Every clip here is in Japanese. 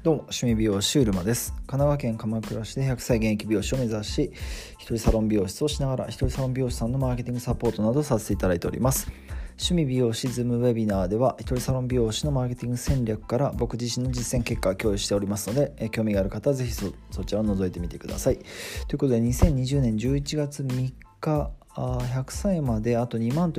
どうも、趣味美容師うるまです。神奈川県鎌倉市で100歳現役美容師を目指し、一人サロン美容室をしながら一人サロン美容師さんのマーケティングサポートなどをさせていただいております。趣味美容師ズームウェビナーでは、一人サロン美容師のマーケティング戦略から僕自身の実践結果を共有しておりますので、興味がある方はぜひ そちらを覗いてみてください。ということで、2020年11月3日100歳まであと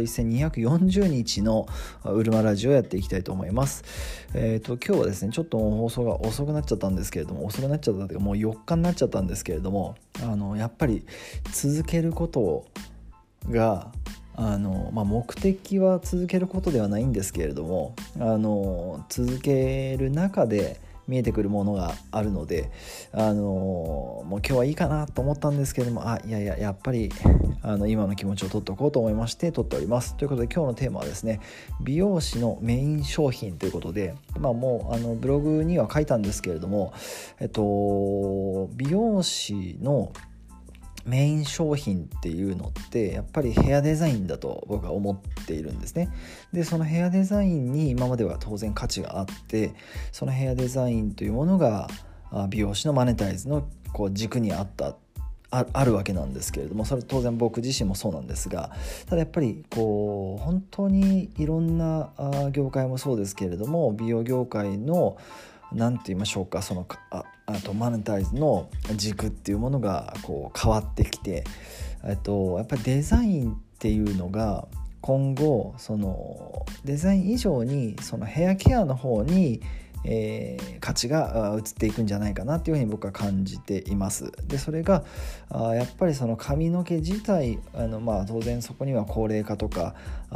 21,240日のうるまラジオをやっていきたいと思います。今日はですね、ちょっと放送が遅くなっちゃったんですけれども、遅くなっちゃったというかもう4日になっちゃったんですけれども、やっぱり続けることが目的は続けることではないんですけれども、続ける中で見えてくるものがあるので、もう今日はいいかなと思ったんですけれども、やっぱり今の気持ちを取っておこうと思いまして取っております。ということで今日のテーマはですね、美容師のメイン商品ということで、もうブログには書いたんですけれども、美容師のメイン商品っていうのってやっぱりヘアデザインだと僕は思っているんですね。でそのヘアデザインに今までは当然価値があって、そのヘアデザインというものが美容師のマネタイズの軸にあるわけなんですけれども、それ当然僕自身もそうなんですが、ただやっぱり本当にいろんな業界もそうですけれども、美容業界のなんて言いましょうか、そのあとマネタイズの軸っていうものが変わってきて、やっぱりデザインっていうのが今後そのデザイン以上にそのヘアケアの方に価値が移っていくんじゃないかなっていうふうに僕は感じています。でそれがやっぱりその髪の毛自体当然そこには高齢化とか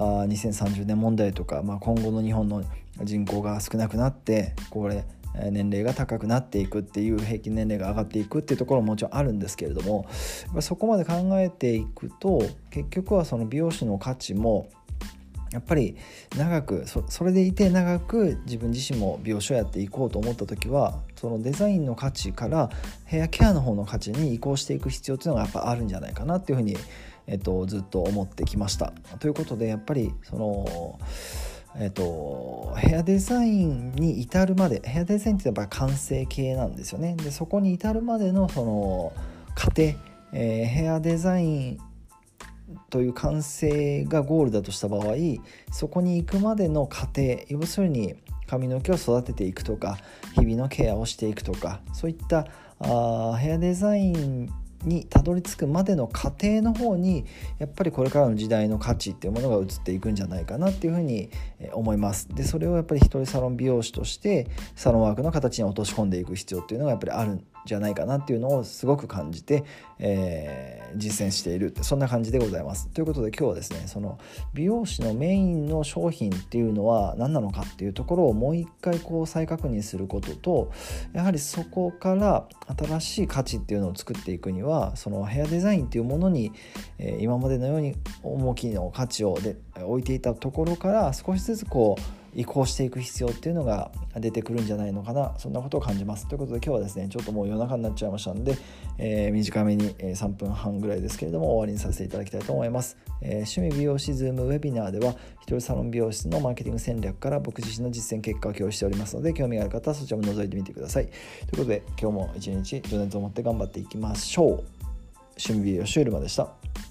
2030年問題とか、今後の日本の人口が少なくなって年齢が高くなっていくっていう、平均年齢が上がっていくっていうところももちろんあるんですけれども、そこまで考えていくと結局はその美容師の価値もやっぱり長く それでいて長く自分自身も美容師をやっていこうと思った時は、そのデザインの価値からヘアケアの方の価値に移行していく必要っていうのがやっぱあるんじゃないかなっていうふうに、ずっと思ってきました。ということでやっぱりそのヘアデザインに至るまで、ヘアデザインってやっぱ完成形なんですよね。でそこに至るまでのその過程、ヘアデザインという完成がゴールだとした場合、そこに行くまでの過程、要するに髪の毛を育てていくとか日々のケアをしていくとか、そういったヘアデザインにたどり着くまでの過程の方にやっぱりこれからの時代の価値っていうものが移っていくんじゃないかなっていうふうに思います。でそれをやっぱり一人サロン美容師としてサロンワークの形に落とし込んでいく必要っていうのがやっぱりあるんじゃないかなっていうのをすごく感じて、実践している、そんな感じでございます。ということで今日はですね、その美容師のメインの商品っていうのは何なのかっていうところをもう一回再確認することと、やはりそこから新しい価値っていうのを作っていくには、そのヘアデザインっていうものに、今までのように重きの価値を置いていたところから少しずつ移行していく必要っていうのが出てくるんじゃないのかな、そんなことを感じます。ということで今日はですね、ちょっともう夜中になっちゃいましたんで、短めに3分半ぐらいですけれども終わりにさせていただきたいと思います。趣味美容師ズームウェビナーでは一人サロン美容室のマーケティング戦略から僕自身の実践結果を共有しておりますので、興味がある方はそちらも覗いてみてください。ということで今日も一日情熱を持って頑張っていきましょう。趣味美容師うるまでした。